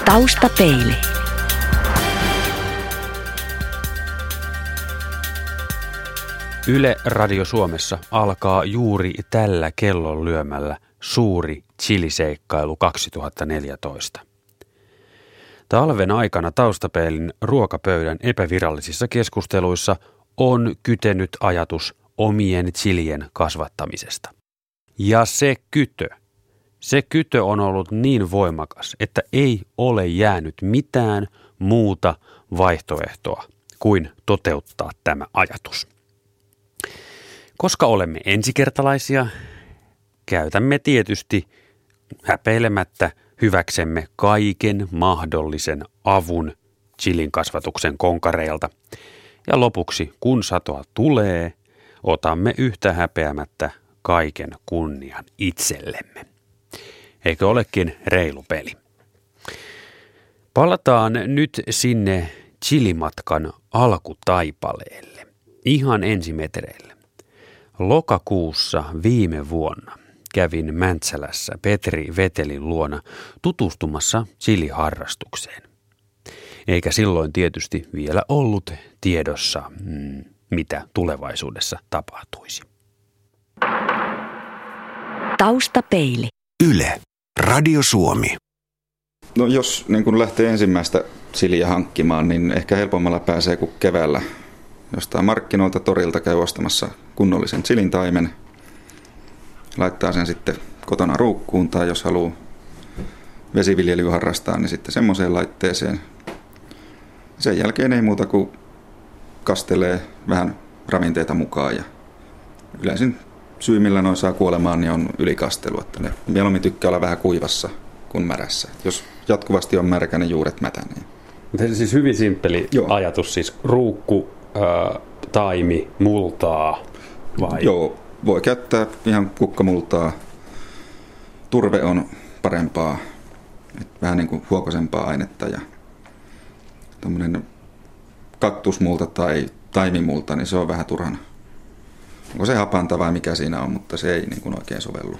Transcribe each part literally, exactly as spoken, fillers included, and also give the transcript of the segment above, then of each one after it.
Taustapeili. Yle Radio Suomessa alkaa juuri tällä kellon lyömällä suuri chiliseikkailu kaksituhattaneljätoista. Talven aikana Taustapeilin ruokapöydän epävirallisissa keskusteluissa on kytenyt ajatus omien chilien kasvattamisesta. Ja se kytö, se kytö on ollut niin voimakas, että ei ole jäänyt mitään muuta vaihtoehtoa kuin toteuttaa tämä ajatus. Koska olemme ensikertalaisia, käytämme tietysti häpeilemättä hyväksemme kaiken mahdollisen avun chilin kasvatuksen konkareilta. Ja lopuksi, kun satoa tulee, otamme yhtä häpeämättä kaiken kunnian itsellemme. Eikö olekin reilu peli? Palataan nyt sinne chilimatkan alkutaipaleelle, ihan ensimetreille. Lokakuussa viime vuonna kävin Mäntsälässä Petri Vetelin luona tutustumassa chiliharrastukseen. Eikä silloin tietysti vielä ollut tiedossa, mm, mitä tulevaisuudessa tapahtuisi. Taustapeili. Yle. Radio Suomi. No jos niin kun lähtee ensimmäistä chiliä hankkimaan, niin ehkä helpommalla pääsee kuin keväällä. Jostain markkinoilta torilta käy ostamassa kunnollisen chilin taimen. Laittaa sen sitten kotona ruukkuun tai jos haluaa vesiviljelyä harrastaa, niin sitten semmoiseen laitteeseen. Sen jälkeen ei muuta kuin kastelee vähän ravinteita mukaan. Ja yleisin syy, millä noin saa kuolemaan, niin on ylikastelu. Että ne mieluummin tykkää olla vähän kuivassa kuin märässä. Jos jatkuvasti on märkä, niin juuret mätänee. Mutta siis hyvin simppeli Joo. ajatus, siis ruukku, ää, taimi, multaa vai? Joo, voi käyttää ihan kukkamultaa. Turve on parempaa, vähän niin kuin huokosempaa ainetta ja tommoinen kaktusmulta tai taimimulta, niin se on vähän turhan. Onko se hapanta vai mikä siinä on, mutta se ei niin kuin oikein sovellu.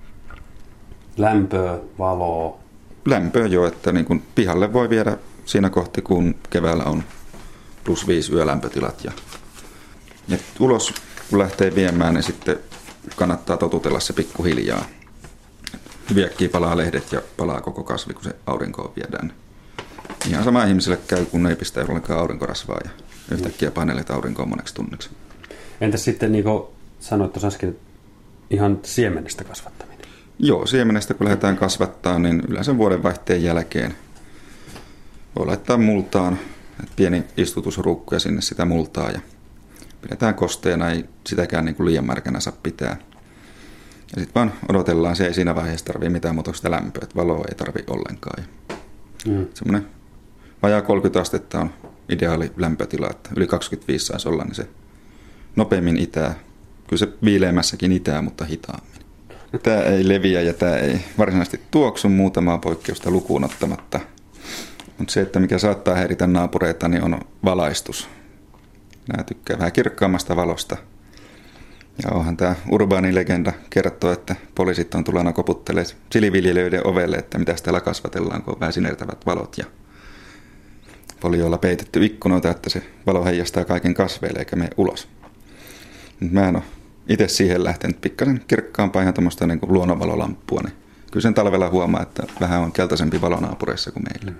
Lämpöä, valoa. Lämpöä jo, että niin kuin pihalle voi viedä siinä kohti, kun keväällä on plus viisi yölämpötilat. Ja, ja ulos kun lähtee viemään, niin sitten kannattaa totutella se pikkuhiljaa. Hyvin äkkiä palaa lehdet ja palaa koko kasvi, kun se aurinkoon viedään. Ihan sama ihmiselle käy, kun ei pistä ollenkaan aurinkorasvaa ja yhtäkkiä painelet aurinkoon moneksi tunniksi. Entäs sitten, niin kuin sanoit tuossa äsken, ihan siemenestä kasvattaminen? Joo, siemenestä kun lähdetään kasvattaa, niin yleensä vuodenvaihteen jälkeen voi laittaa multaan, pieni istutusruukku ja sinne sitä multaa ja pidetään kosteena, ei sitäkään niin kuin liian märkänä saa pitää. Ja sitten vaan odotellaan, se ei siinä vaiheessa tarvitse mitään muuta sitä lämpöä, että valoa ei tarvitse ollenkaan. Mm. Semmoinen vajaa kolmekymmentä astetta on ideaali lämpötila, että yli kaksikymmentäviisi saisi olla, niin se nopeammin itää. Kyllä se viileämmässäkin itää, mutta hitaammin. Tämä ei leviä ja tämä ei varsinaisesti tuoksu muutamaa poikkeusta lukuun ottamatta. Mutta se, että mikä saattaa häiritä naapureita, niin on valaistus. Nämä tykkää vähän kirkkaammasta valosta. Ja onhan tämä urbaani legenda kertoo, että poliisit on tullut koputtelemaan chiliviljelijöiden ovelle, että mitä täällä kasvatellaan, kun on vähän sinertävät valot. Ja folioilla peitetty ikkunoita, että se valo heijastaa kaiken kasveille eikä mene ulos. Mä en ole itse siihen lähtenyt pikkasen kirkkaampaa ihan tuommoista niin kuin luonnonvalolamppua. Niin kyllä sen talvella huomaa, että vähän on keltaisempi valo naapureissa kuin meillä.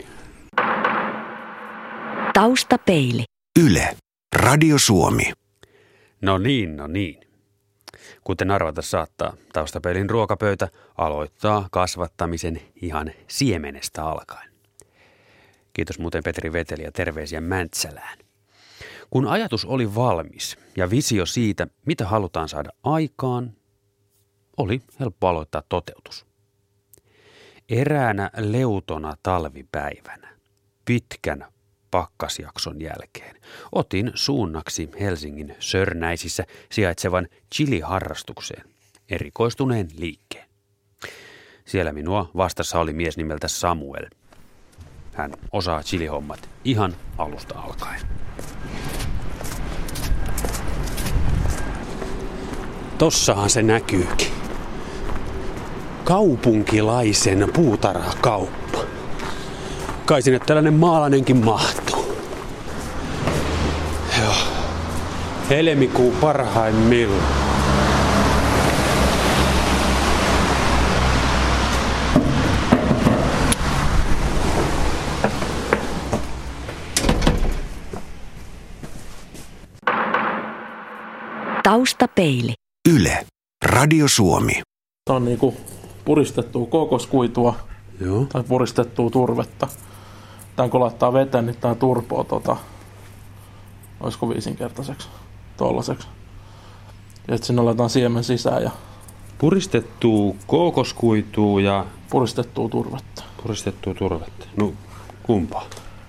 Taustapeili. Yle. Radio Suomi. No niin, no niin. Kuten arvata saattaa, Taustapeilin ruokapöytä aloittaa kasvattamisen ihan siemenestä alkaen. Kiitos muuten Petri Veteli ja terveisiä Mäntsälään. Kun ajatus oli valmis ja visio siitä, mitä halutaan saada aikaan, oli helppo aloittaa toteutus. Eräänä leutona talvipäivänä, pitkän pakkasjakson jälkeen, otin suunnaksi Helsingin Sörnäisissä sijaitsevan chiliharrastukseen erikoistuneen liikkeen. Siellä minua vastassa oli mies nimeltä Samuel. Hän osaa chilihommat ihan alusta alkaen. Tossahan se näkyykin. Kaupunkilaisen puutarhakauppa. kai sinne tällainen maalainenkin mahtuu. Joo. Helmikuu parhaimmillaan. Taustapeili. Yle. Radio Suomi. Tämä on niinku puristettua kookoskuitua Joo. tai puristettua turvetta. Tämän kun laittaa veteen, niin tämä turpoo tota, olisiko viisinkertaiseksi, tollaseksi. Ja sitten sinne laitetaan siemen sisään ja Puristettua kookoskuitua ja puristettua turvetta. puristettua turvetta. No kumpaa?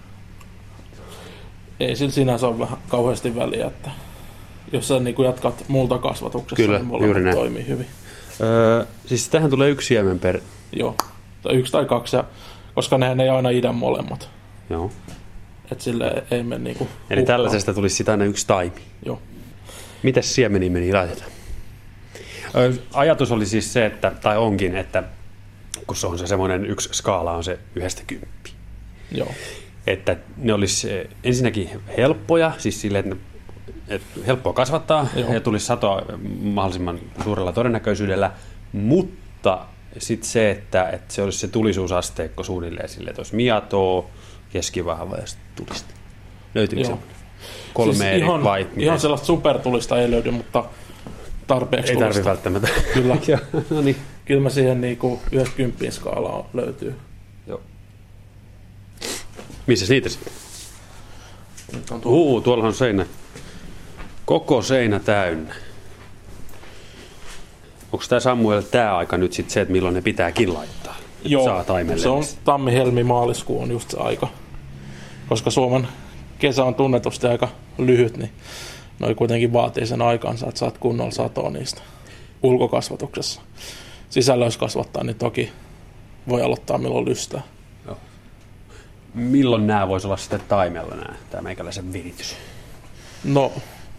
Ei sillä sinänsä ole vähän kauheasti väliä, että jos sä niinku jatkat multakasvatuksessa, Kyllä, niin juuri molemmat näin. toimii hyvin. Öö, siis tähän tulee yksi siemen per... Joo, tai yksi tai kaksi, ja, koska nehän ei aina idän molemmat. Joo. Että sille ei mene niinku Eli hukkaan. tällaisesta tulisi sitä aina yksi taimi. Joo. Mitäs siemeniin meni laitetaan? Öö, ajatus oli siis se, että, tai onkin, että kun se on se semmoinen yksi skaala on se yhdestä kymppiä. Joo. Että ne olisi ensinnäkin helppoja, siis silleen, että, ne, että helppoa kasvattaa Joo. ja tulisi satoa mahdollisimman suurella todennäköisyydellä, mutta sitten se, että, että se olisi se tulisuusasteikko suunnilleen silleen, että olisi miatoa, keskivahva ja sitten tulista. Löytyykö Joo. se kolme siis eri ihan, vai? ihan sellaista supertulista ei löydy, mutta tarpeeksi Ei tulista. tarvitse välttämättä. Kyllä. No niin. Kyllä mä siihen niinku yhdestä kymppiin skaalaa löytyy. Joo. Missä niitä sitten? Nyt on tuo. Huu, tuolla on seinä. Koko seinä täynnä. Onko tämä Samuel tämä aika nyt sitten se, että milloin ne pitääkin laittaa? Että Joo, saa taimelle. se on tammi, helmi, maaliskuu on just se aika. Koska Suomen kesä on tunnetusti aika lyhyt, niin noi kuitenkin vaatii sen aikansa, että saat kunnolla satoa niistä ulkokasvatuksessa. Sisällä jos kasvattaa, niin toki voi aloittaa milloin lystää. Milloin nämä voisi olla sitten taimella nämä, tämä meikäläisen viritys? No,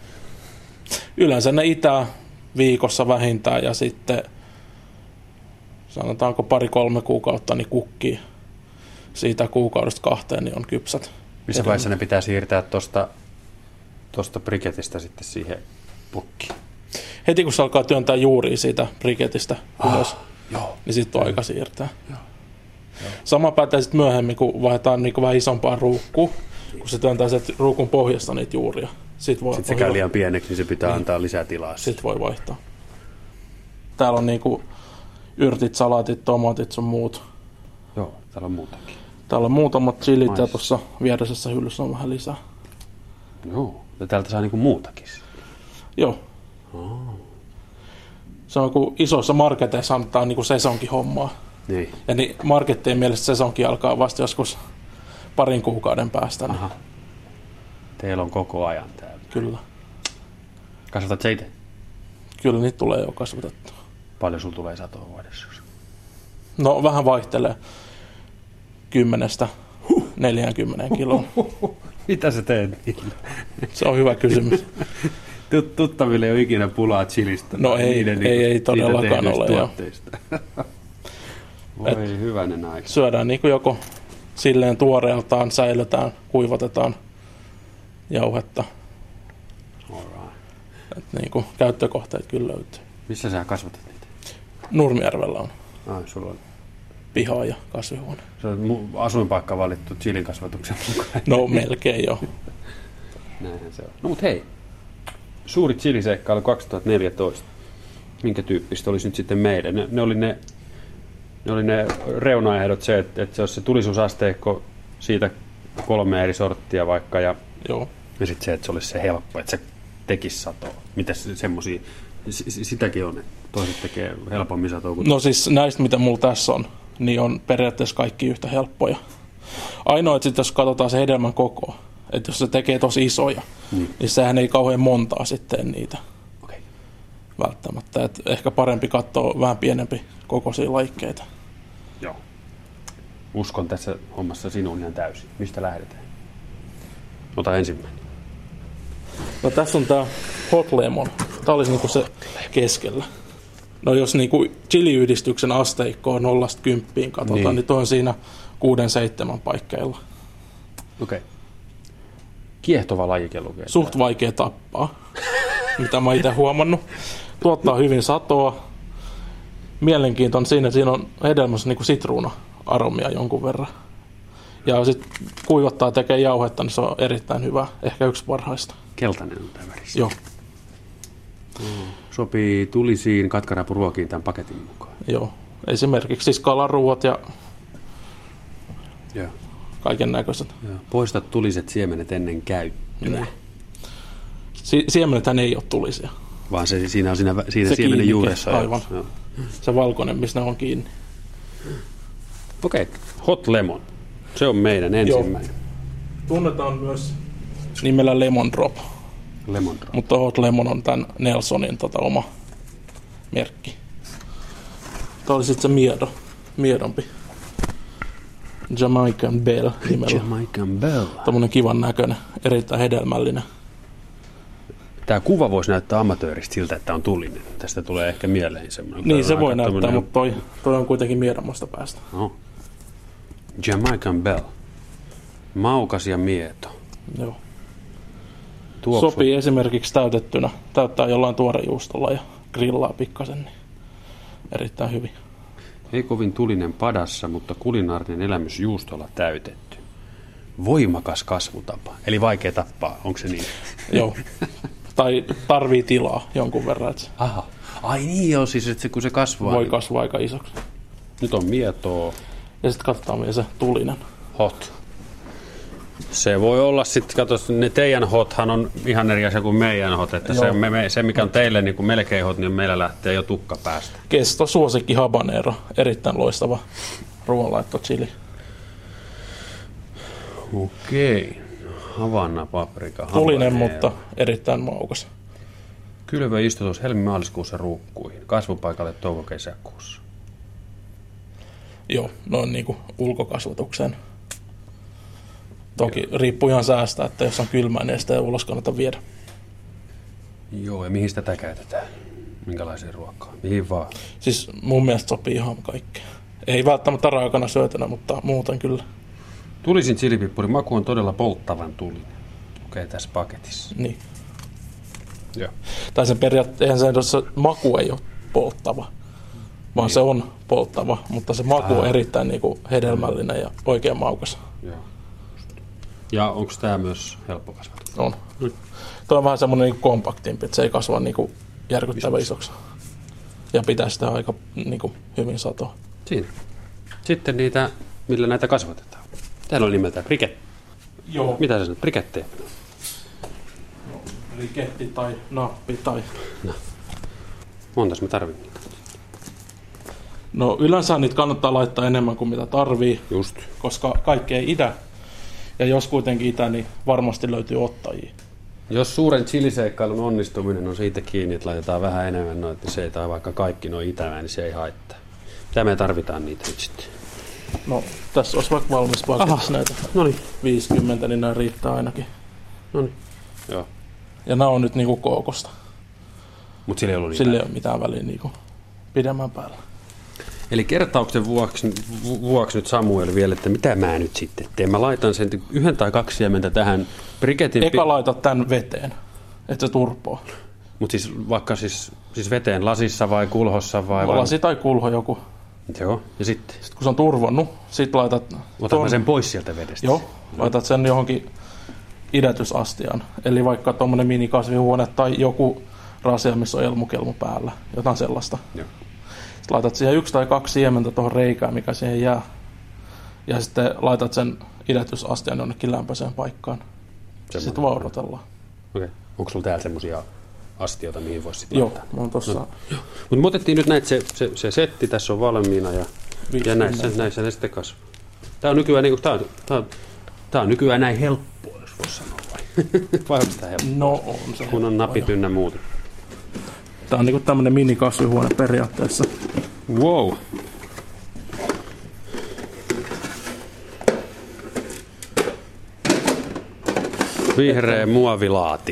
yleensä ne itää viikossa vähintään ja sitten sanotaanko pari-kolme kuukautta niin kukkii. Siitä kuukaudesta kahteen niin on kypsät. Missä vaiheessa ne pitää siirtää tuosta tosta briketistä sitten siihen pukkiin? Heti kun se alkaa työntää juuria siitä briketistä ylös, Joo. niin sitten on aika siirtää. Joo. Sama pätee sitten myöhemmin, kun vaihdetaan niin vähän isompaa ruukkua, kun se työntää sieltä ruukun pohjasta niitä juuria. Sitten, voi, Sitten se käy liian pieneksi, niin se pitää niin. antaa lisää tilaa. Sitten voi vaihtaa. Täällä on niinku yrtit, salaatit, tomatit sun muut. Joo, täällä on muutakin. Täällä on muutamat chilit ja Mais. tuossa viereisessä hyllyssä on vähän lisää. Joo, ja täältä saa niinku muutakin. Joo. Oh. Se on kun isoissa marketeissa annetaan niinku sesonkin hommaa. Niin. Ja niin markettien mielestä sesonkin alkaa vasta joskus parin kuukauden päästä. Niin Aha. Teillä on koko ajan täällä. kyllä. Kasvatat sä itse? Kyllä niitä tulee jo kasvatettua. Paljon sulla tulee satoa vuodessa? No vähän vaihtelee. Kymmenestä neljäänkymmeneen kiloon. Mitä sä teet niillä? Se on hyvä kysymys. Tut- tuttaville ei ole ikinä pulaa chilistä. No ei, niiden ei, niinku ei todellakaan siitä ole, tehdyistä joo. tuotteista. Voi hyvänen aika. Syödään niin kuin joko silleen tuoreeltaan, säilytään, kuivatetaan jauhetta. Alright. Et niin kuin käyttökohteet kyllä löytyy. Missä sä kasvatat niitä? Nurmijärvellä on Ai, sulla on, piha ja kasvihuone. se on mu- asuinpaikka valittu chilin kasvatuksen mukaan. No melkein jo. Näinhän se on. No mut hei, suuri chiliseikkailu kaksituhattaneljätoista. Minkä tyyppistä olisi nyt sitten meille? Ne, ne oli ne, ne oli ne reunaehdot se, että, että se olisi se tulisuusasteikko siitä kolme eri sorttia vaikka ja, Joo. ja sitten se, että se olisi se helppo, että se tekisi satoa. Mitäs semmosia, s- sitäkin on, että toiset tekee helpommin satoa kuin... No siis näistä, mitä mulla tässä on, niin on periaatteessa kaikki yhtä helppoja. Ainoa, että sit jos katsotaan se hedelmän koko, että jos se tekee tosi isoja, Niin. niin sehän ei kauhean montaa sitten niitä Okei. välttämättä. Et ehkä parempi katsoa vähän pienempi kokoisia laikkeita. Joo. Uskon tässä hommassa sinuun ihan täysin. Mistä lähdetään? Ota ensimmäinen. No tässä on tää Hot Lemon. Tää olisi niinku se keskellä. No jos niinku chiliyhdistyksen asteikkoa nollasta kymppiin katsotaan, Niin. niin, niin toi on siinä kuuden seitsemän paikkeilla. Okei. Okay. Kiehtova lajike lukee. Suht vaikea tappaa, mitä mä itse huomannut. Tuottaa hyvin satoa. Mielenkiintoinen siinä, että siinä on hedelmässä niin kuin sitruuna-aromia jonkun verran. Ja sitten kuivattaa tekee jauhetta, niin se on erittäin hyvä. Ehkä yksi parhaista. Keltainen on tämä värissä. Joo. Mm. Sopii tulisiin katkarapuruokiin tämän paketin mukaan. Joo. Esimerkiksi siis kalaruuat ja Joo. kaiken näköiset. Joo. Poista tuliset siemenet ennen käyttöä. Niin. Si- siemenethän ei ole tulisia. Vaan se, siinä on siinä, siinä Se siemenen kiinni, juuressa. aivan. Joo. Se valkoinen, missä ne on kiinni. Okei, okay. Hot Lemon. Se on meidän ensimmäinen. Joo. Tunnetaan myös nimellä Lemon Drop. Lemon Drop. Mutta Hot Lemon on tämän Nelsonin tota, oma merkki. Tämä oli sitten se miedo, miedompi. Jamaican Belle nimellä. Jamaican Belle. Tämmönen kivan näköinen, erittäin hedelmällinen. Tämä kuva voisi näyttää amatööristä siltä, että on tulinen. Tästä tulee ehkä mieleen semmoinen. Niin se voi näyttää, tommoinen... mutta toi, toi on kuitenkin miedommasta päästä. No. Jamaican Belle. Maukas ja mieto. Joo. Tuoksu. Sopii esimerkiksi täytettynä, täyttää jollain tuorejuustolla ja grillaa pikkasen, niin erittäin hyvin. Ei kovin tulinen padassa, mutta kulinaarinen elämys juustolla täytetty. Voimakas kasvutapa. Eli vaikea tappaa, onko se niin? Joo. Tai tarvii tilaa jonkun verran, että Aha. Ai niin joo, siis että se, kun se kasvaa. voi niin... kasvaa aika isoksi. Nyt on mietoa. Ja sitten katsotaan vielä se tulinen. Hot. Se voi olla sitten, katso, ne teidän hothan on ihan eri asia kuin meidän hot. Että se, me, me, se, mikä on teille niin kuin melkein hot, niin meillä lähtee jo tukka päästä. Kesto, suosikki habanero. Erittäin loistava ruoanlaitto chili. Okei. Havanna paprika. Tulinen, habanero. mutta erittäin maukas. Kylvöistutus helmi-maaliskuussa ruukkuihin. Kasvupaikalle touko-kesäkuussa. Joo, noin niin kuin ulkokasvatukseen. Toki Joo. riippuu ihan säästä, että jos on kylmää, niin sitä ei ulos kannata viedä. Joo, ja mihin tätä käytetään? Minkälaiseen ruokaan? Mihin vaan? Siis mun mielestä sopii ihan kaikkea. Ei välttämättä raakana syötänä, mutta muuten kyllä. Tulisin chilipippurin maku on todella polttavan tulinen. Okei, tässä paketissa. Niin. Joo. Tai sen periaatteessa se maku ei ole polttava, vaan niin. se on polttava, mutta se maku Aha. on erittäin niin kuin hedelmällinen ja oikein maukas. Joo. Ja onko tämä myös helppo kasvatus? On. Tuo on vähän semmoinen niin kompaktimpi, että se ei kasva niin kuin järkyttävän isoksi. Ja pitää sitä aika niin kuin hyvin satoa. Siinä. Sitten niitä, millä näitä kasvatetaan. Täällä on nimeltään briket. Joo. Mitä sä sanot? Briketteja? Briketti tai nappi tai... No. Montas me tarvitsemme niitä? No yleensä niitä kannattaa laittaa enemmän kuin mitä tarvii. Just. Koska kaikki ei idä. Ja jos kuitenkin itä, niin varmasti löytyy ottajia. Jos suuren chiliseikkailun onnistuminen on siitä kiinni, että laitetaan vähän enemmän noita, niin se ei tai vaikka kaikki noin itävää, niin se ei haittaa. Mitä me tarvitaan niitä nyt sitten? No, tässä olisi vaikka valmis paketissa näitä Noniin. viisikymmentä, niin nämä riittää ainakin. Noniin. Joo. Ja nämä on nyt niinku kookosta. Mutta sillä ei ollut Sillä ei ole mitään väliä niinku pidemmän päällä. Eli kertauksen vuoksi, vuoksi nyt Samuel vielä, että mitä mä nyt sitten teen? Mä laitan sen yhden tai kaksi siementä tähän briketin... Eka laita tämän veteen, että se turpoo. Mutta siis vaikka siis, siis veteen lasissa vai kulhossa vai... Lasi tai kulho joku. Joo, ja sitten? Sitten kun se on turvonnut, sit laitat... Otan ton... mä sen pois sieltä vedestä. Joo, laitat sen johonkin idätysastiaan. Eli vaikka tuommoinen minikasvihuone tai joku rasia, missä on elmukelmu päällä. Jotain sellaista. Joo. Sitten laitat siihen yksi tai kaksi siementä tuohon reikään, mikä siihen jää. Ja sitten laitat sen idätysastian jonnekin lämpöiseen paikkaan. Semmoinen. Sitten vaan odotellaan. Okei. Okay. Onko sulla täällä semmoisia astioita, mihin voisi sitten Joo, laittaa? mä oon tossa. No. Mutta me otettiin nyt näitä, se, se, se setti tässä on valmiina ja, ja näissä, näissä ne sitten kasvaa. Tää on nykyään, niin kuin, tää on, tää on, tää on nykyään näin helppoa, jos voisi sanoa vai? Vai onko sitä helppoa? No on se. Kun on napit ynnä muuta. Tää on niinku tämmönen minikasvihuone periaatteessa. Wow. Vihreä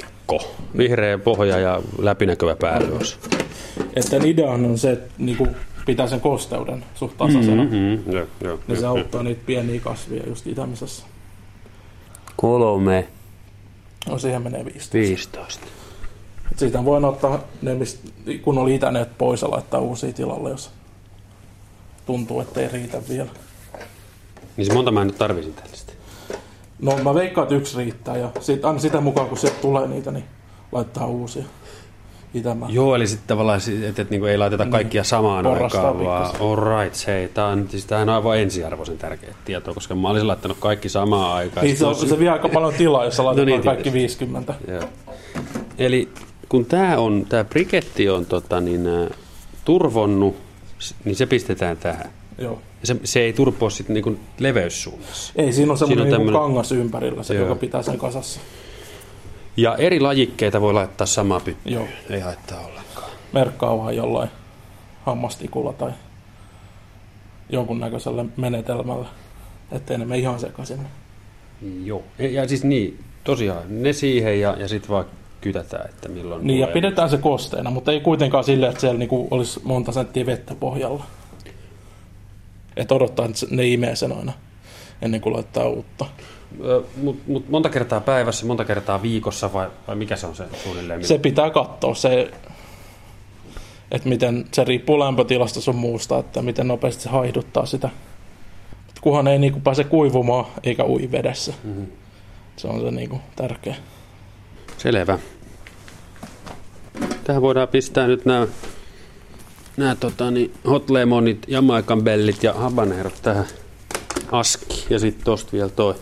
muovilaatikko. Vihreä pohja ja läpinäkyvä päällyosa. Että ideahan on se, että niinku pitää sen kosteuden suht tasaisena. Mm-hmm. Jo, jo, niin jo, se jo. auttaa niitä pieniä kasvia just itämisessä. Kolme. No siihen menee viisitoista. viisitoista. Et siitä voi ottaa ne, kun oli itäneet pois ja laittaa uusia tilalle, jos tuntuu, että ei riitä vielä. Niin se monta mä nyt tarvisin tällaista. No mä veikkaan, että yksi riittää ja sit, aina sitä mukaan, kun sieltä tulee niitä, niin laittaa uusia itämään. Joo, eli sitten tavallaan, että et, niinku ei laiteta kaikkia samaan Porrastaa aikaan, vaan pikkasen. all right, hei, tää on, siis tämähän on aivan ensiarvoisen tärkeä tieto, koska mä olisin laittanut kaikki samaan aikaan. Niin se, on, se vie aika paljon tilaa, jos sä laitetaan No niin, kaikki tietysti. viisikymmentä. Joo. Eli kun tää on, tää briketti on tota, niin, ä, turvonnut, niin se pistetään tähän. Joo. Se, se ei turpoa sitten niinku leveyssuunnassa. Ei, siinä on semmoinen Siinä on niinku tämmönen- kangas ympärillä, se, Joo. joka pitää sen kasassa. Ja eri lajikkeita voi laittaa samaa pyttyyn. Joo. Ei haittaa ollenkaan. Merkkaa vaan jollain hammastikulla tai jonkunnäköisellä menetelmällä, ettei ne mene ihan sekaisin. Joo. Ja siis niin, tosiaan ne siihen ja, ja sitten vaan kytätään, että milloin Niin, ja tulee. pidetään se kosteena, mutta ei kuitenkaan silleen, että siellä niinku olisi monta senttiä vettä pohjalla. Että odottaa, että ne imee sen aina ennen kuin laittaa uutta. Mutta mut monta kertaa päivässä, monta kertaa viikossa vai, vai mikä se on se suunnilleen? Se pitää katsoa, se, että miten se riippuu lämpötilasta sun muusta, että miten nopeasti se haihduttaa sitä. Kunhan ei niinku pääse kuivumaan eikä ui vedessä. Mm-hmm. Se on se niinku tärkeä. Selvä. Tähän voidaan pistää nyt nämä nämä tota, niin, hot lemonit, Jamaican bellit ja habanerot tähän aski. Ja sitten tosta vielä toi.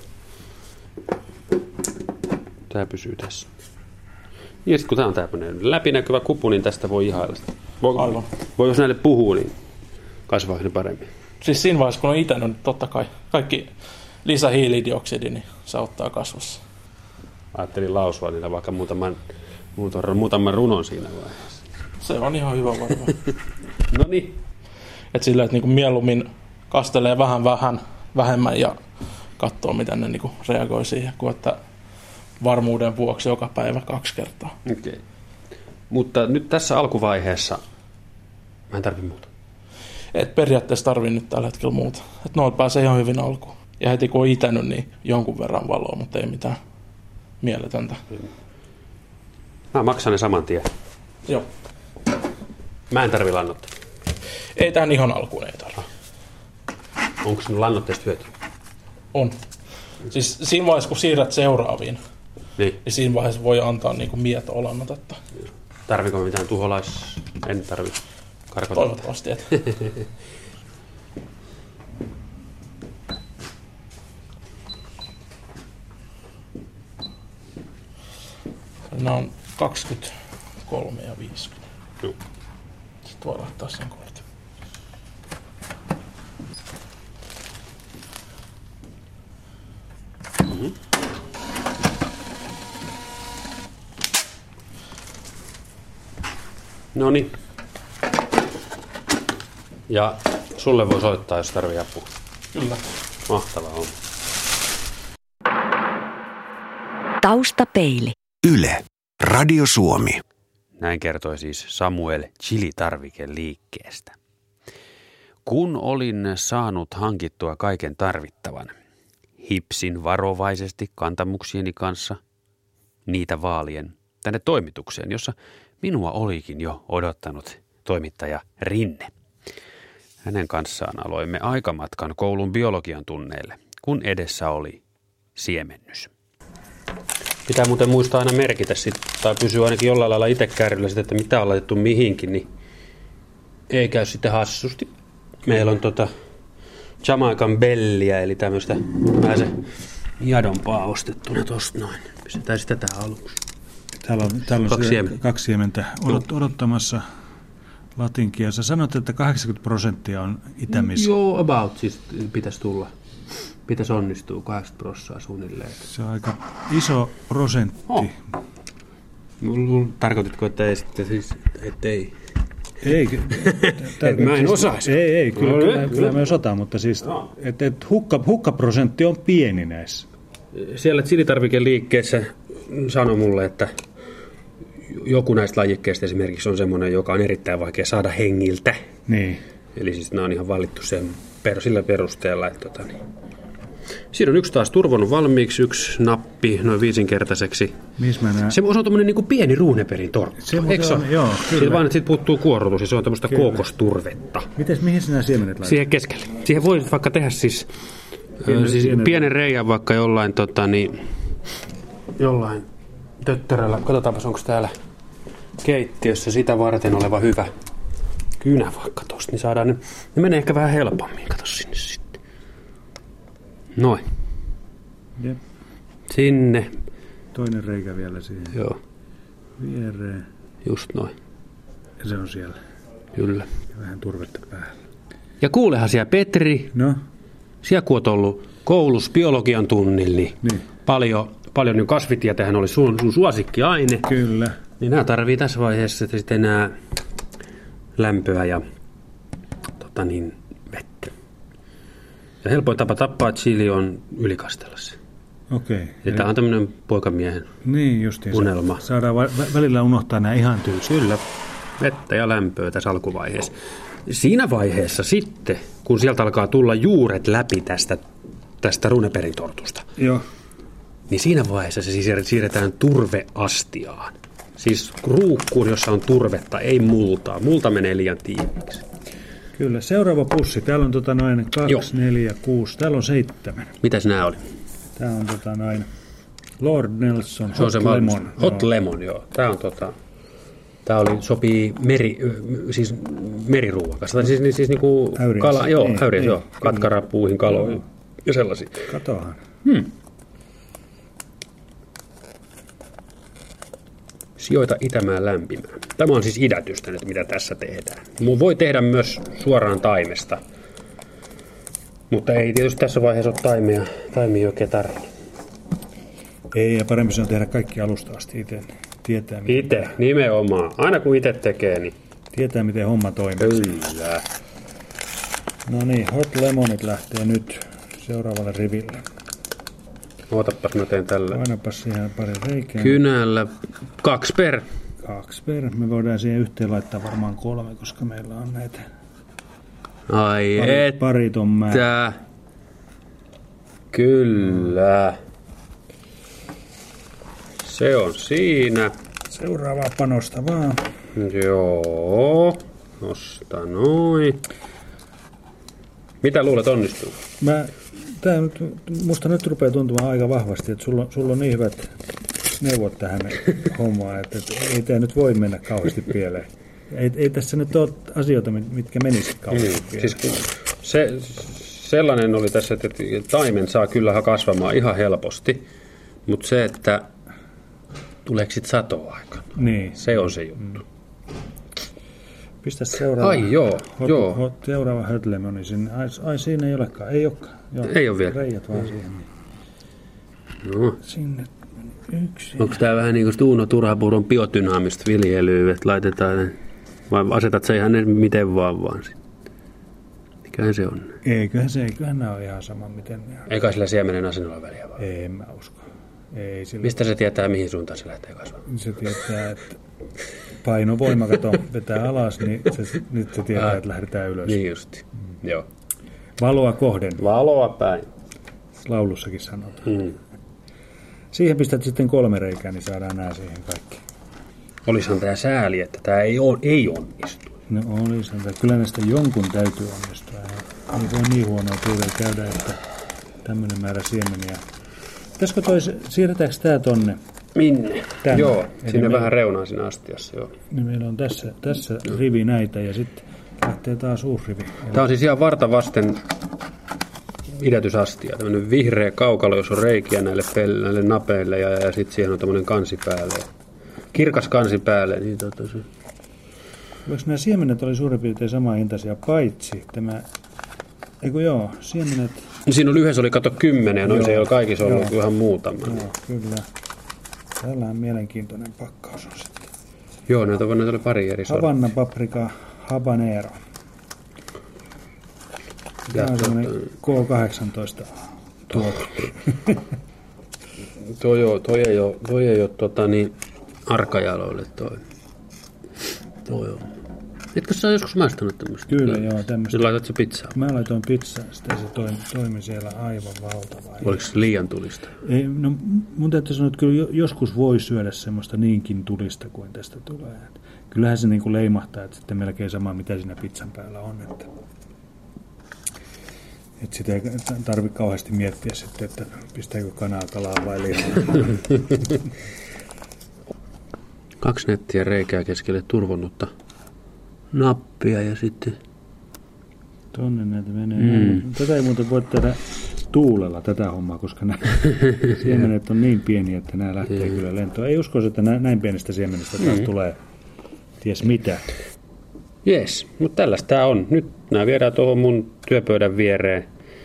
Tää pysyy tässä. Ja sitten kun tää on tämmönen läpinäkyvä kupu, niin tästä voi ihailla. Voi, Aivan. voi jos näille puhuu, niin kasvaa ne paremmin. Siis siinä vaiheessa, kun on itänyt, niin totta kai kaikki lisähiilidioksidi, niin se auttaa kasvussa. Ajattelin lausua niillä vaikka muutaman, muutaman, muutaman runon siinä vaiheessa. Se on ihan hyvä varmaan. No niin. Että sillä, että niinku mieluummin kastelee vähän vähän vähemmän ja katsoo, miten ne niinku reagoi siihen, kuin että varmuuden vuoksi joka päivä kaksi kertaa. Okei. Okay. Mutta nyt tässä alkuvaiheessa mä en tarvi muuta. Et periaatteessa tarvii nyt tällä hetkellä muuta. Että noilla pääsee ihan hyvin alkuun. Ja heti kun on itänyt, niin jonkun verran valoa, mutta ei mitään mieletöntä. Mä maksan ne saman tien. Joo. Mä en tarvi lannoittaa. Ei tähän ihan alkuun ei tarvitse. Onko sinun lannoitteesta hyötyä? On. Siis siinä vaiheessa, kun siirrät seuraaviin, Niin. niin siinä vaiheessa voi antaa niinku mieto-olannotetta. Tarviko mitään tuholais? En tarvi. Karkotetta. Toivottavasti et. Nämä on kaksikymmentäkolme ja viisikymmentä. Joo. Sitten voi laittaa sen kortin. Mm-hmm. No niin. Ja sulle voi soittaa, jos tarvii apua. Kyllä. Mahtavaa on. Taustapeili. Yle. Radio Suomi. Näin kertoi siis Samuel chilitarvikeliikkeestä. Kun olin saanut hankittua kaiken tarvittavan, hipsin varovaisesti kantamuksieni kanssa niitä vaalien tänne toimitukseen, jossa minua olikin jo odottanut toimittaja Rinne. Hänen kanssaan aloimme aikamatkan koulun biologian tunneille, kun edessä oli siemennys. Pitää muuten muistaa aina merkitä sit, tai pysyä ainakin jollain lailla itse kärryllä sitä, että mitä on laitettu mihinkin, niin ei käy sitten hassusti. Meillä on tota Jamaican belliä, eli tämmöistä vähän se jadompaa ostettuna tosta noin. Pistetään sitä tähän aluksi. Täällä on, täällä on Kaksi sitä siementä. kaksi siementä odot, odottamassa latinkia. Sä sanoit, että kahdeksankymmentä prosenttia on itämis. Joo, about siis pitäisi tulla. Pitäisi onnistua kahdeksankymmentä prosenttia suunnilleen. Se on aika iso prosentti. Oh. Tarkoititko, että ei sitten siis, ettei... Ei, Et mä en osaisi. Ei, ei, kyllä, No, kyllä, kyllä. kyllä mä osataan, mutta siis, että et hukka, hukkaprosentti on pieni näissä. Siellä chilitarvikeliikkeessä sanoi mulle, että joku näistä lajikkeista esimerkiksi on semmoinen, joka on erittäin vaikea saada hengiltä. Niin. Eli siis nämä on ihan valittu sen per, sillä perusteella, että tota, niin. Siinä on yksi taas turvonnut valmiiksi, yksi nappi noin viisinkertaiseksi. Missä mä näen? Se on tuommoinen niin kuin pieni Runebergin torppa. Se on, on, joo, kyllä. Siitä vaan, että siitä puuttuu kuorrutus ja se on tämmöistä kookosturvetta. Mites, mihin sinä siemenet laitat? Siihen keskelle. Siihen voi vaikka tehdä siis, pienen, siis pienen, pienen reijän vaikka jollain, tota, niin, jollain töttörällä. Katsotaanpas, onko täällä keittiössä sitä varten oleva hyvä kynä vaikka tosta. Niin saadaan ne, ne menee ehkä vähän helpommin. Kato sinne sitten. Noin. Jep. Sinne. Toinen reikä vielä siihen. Joo. Viereen. Just noin. Ja se on siellä. Kyllä. Ja vähän turvetta päällä. Ja kuulehan siellä Petri. No? Siellä kun oot ollut koulussa biologian tunnilla, niin, niin. paljon, paljon niin kasvitietehän oli sun, sun suosikkiaine. Kyllä. Niin nämä tarvii tässä vaiheessa sitten enää lämpöä ja tota niin, vettä. Ja helpoin tapa tappaa chili on ylikastella se. Okei. Ja tämä on tämmöinen poikamiehen niin justiinsa. unelma. Saadaan va- välillä unohtaa nämä ihan tyyliä. Kyllä, vettä ja lämpöä tässä alkuvaiheessa. Siinä vaiheessa sitten, kun sieltä alkaa tulla juuret läpi tästä, tästä Runebergin tortusta, joo. niin siinä vaiheessa se siirretään turveastiaan. Siis ruukkuun, jossa on turvetta, ei multaa. Multa menee liian tiiviiksi. Kyllä, seuraava pussi. Täällä on tota noin kaksi, neljä, kuusi. Täällä on seitsemän. Mitäs nämä oli? Tää on tota noin Lord Nelson se Hot on se Lemon. Hot joo. Lemon, joo. Tää on tota... Tää oli, sopii meri, siis meriruuakas. Tai siis, siis niinku kala, joo, niin, häyriäs, niin, joo. Katkarapuihin, kaloihin joo. ja sellaisia. Katohan. Hmm. Sijoita Itämään lämpimään. Tämä on siis idätystä nyt, mitä tässä tehdään. Mun voi tehdä myös suoraan taimesta. Mutta ei tietysti tässä vaiheessa ole taimia, taimia oikein tarvitse. Ei, ja parempi se on tehdä kaikki alusta asti itse. Tietää, itse, nimenomaan. Aina kun itse tekee, niin... Tietää, miten homma toimii. Kyllä. No niin, Hot Lemonit lähtee nyt seuraavalle riville. Ootapas, mä teen tällä. Painapas siihen pari reikää. Kynällä kaksi per. Kaksi per. Me voidaan siihen yhteen laittaa varmaan kolme, koska meillä on näitä... Ai pari, et. Parit on määrä. Kyllä. Se on siinä. Seuraavaa panosta vaan. Joo. Nosta noin. Mitä luulet onnistuu? Mä, tää nyt, musta nyt rupeaa tuntumaan aika vahvasti, että sulla, sulla on niin hyvät neuvot tähän hommaan, että, että ei tämä nyt voi mennä kauheasti pieleen. Ei, ei tässä nyt ole asioita, mitkä menisivät kauheasti mm, pieleen. Siis, se, sellainen oli tässä, että taimen saa kyllä kasvamaan ihan helposti, mutta se, että tuleeko sitten satoa aikana, niin. Se on se juttu. Mm. Pistä seuraava. Ai joo, hot, joo. Hot, seuraava Hot Lemoni sinne. Ai, ai siinä ei olekaan, ei olekaan. Joo, ei ole vielä. Reijät vaan siihen. No. Sinne yksi. Onko tämä vähän niin kuin Stuuno Turhapuron biodynaamista viljelyä, että laitetaan, vai asetat se ihan miten vaan vaan sitten? Mikähän se on? Eiköhän se, eiköhän nämä ole ihan sama, miten ne on. Eikä sillä siemenen asennolla väliä vaan? Ei, en mä usko. Ei, sillä... Mistä se tietää, mihin suuntaan se lähtee kasvamaan? Se tietää, että painovoima kato vetää alas, niin se, nyt se tietää, että lähdetään ylös. Niin justi, mm. Joo. Valoa kohden. Valoa päin. Laulussakin sanotaan. Mm. Siihen pistät sitten kolme reikää, niin saadaan nämä siihen kaikki. Olisihan tämä sääli, että tämä ei, on, ei onnistu. No olisihan tämä. Kyllä näistä jonkun täytyy onnistua. Ei voi niin huonoa tuulia käydä, että tämmöinen määrä siemeniä. Pitäisikö toi, siirretäänkö tämä tonne? Minne? Tänne. Joo, eli sinne me, vähän reunaan siinä astiassa, joo. Niin meillä on tässä, tässä no. rivi näitä ja sitten lähtee taas uusi rivi. Eli... Tämä on siis ihan varta vasten idätysastia. Tämmöinen vihreä kaukalo, jossa on reikiä näille, pel- näille napeille ja, ja sitten siihen on tämmöinen kansi päälle. Kirkas kansi päälle. Niin tota se. Voiko nämä siemenet oli suurin piirtein samaa hintaisia, paitsi tämä... Eiku joo, siemenet... Siinä oli yhdessä oli kato kymmenen ja noissa ei ole kaikissa ollut ihan muutama. Joo, kyllä. Täällä on mielenkiintoinen pakkaus on sitten. Joo, näitä, näitä oli pari eri sorttia. Havanna paprika habanero. Tämä on semmoinen K kahdeksantoista tuote. toi, joo, toi ei ole, toi ei ole tota, niin, arkajaloille toi. Toi on. Etkö sä joskus maistanut tämmöistä? Kyllä, joo, tämmöistä. Nyt laitat se pizzaa. Mä laitoin pizzaa, sitä se toimi, toimi siellä aivan valtavaa. Oliko se liian tulista? Ei, no mun täytyy sanoa, että kyllä joskus voi syödä semmoista niinkin tulista kuin tästä tulee. Kyllähän se niin kuin leimahtaa, että sitten melkein sama mitä siinä pizzan päällä on. Että, että sitä ei tarvitse kauheasti miettiä sitten, että pistääkö kanaa, kalaa vai lihaa. Kaksi nettiä reikää keskelle turvonnutta nappia ja sitten... Tonne näitä menee. Mm. Tätä ei muuten voi tehdä tuulella tätä hommaa, koska nämä siemenet on niin pieniä, että nämä lähtee mm. kyllä lentoon. Ei usko, että näin pienestä siemenestä taas mm. tulee ties mitä. Jes, mutta tällaista tämä on. Nyt nämä viedään tuohon mun työpöydän viereen,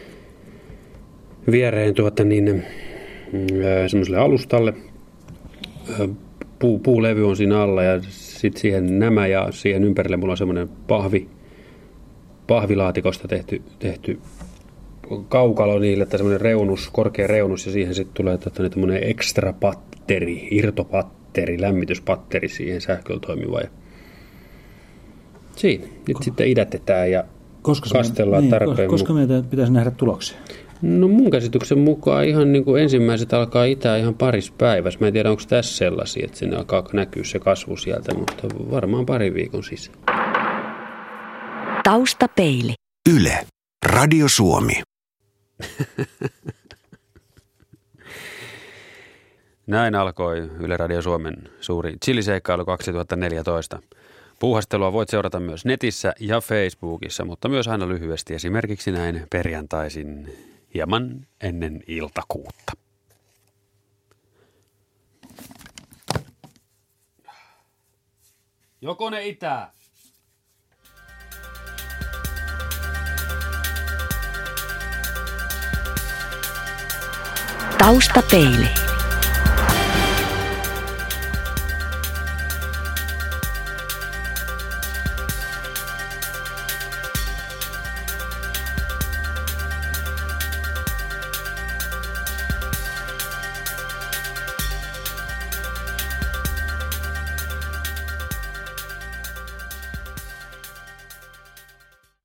viereen tuota niin, semmoiselle alustalle. Puu, puulevy on siinä alla ja sitten siihen nämä ja siihen ympärille mulla on semmoinen pahvi, pahvilaatikosta tehty, tehty kaukalo niille, tai semmoinen reunus, korkea reunus ja siihen sitten tulee tota, tämmöinen ekstra patteri, irtopatteri, lämmityspatteri siihen sähköllä toimiva. Ja siinä. Nyt Ko- sitten idätetään ja koska kastellaan meidän, tarpeen. Niin, koska meidän pitäisi nähdä tuloksia? No mun käsityksen mukaan ihan niin kuin ensimmäiset alkaa itää ihan parissa päivässä. Mä en tiedä, onko tässä sellaisia, että sinne alkaa näkyä se kasvu sieltä, mutta varmaan pari viikon sisään. Taustapeili. Yle. Radio Suomi. Näin alkoi Yle Radio Suomen suuri chiliseikkailu kaksituhattaneljätoista. Puuhastelua voit seurata myös netissä ja Facebookissa, mutta myös aina lyhyesti, esimerkiksi näin perjantaisin hieman ennen iltakuutta. Joko ne itää? Taustapeili.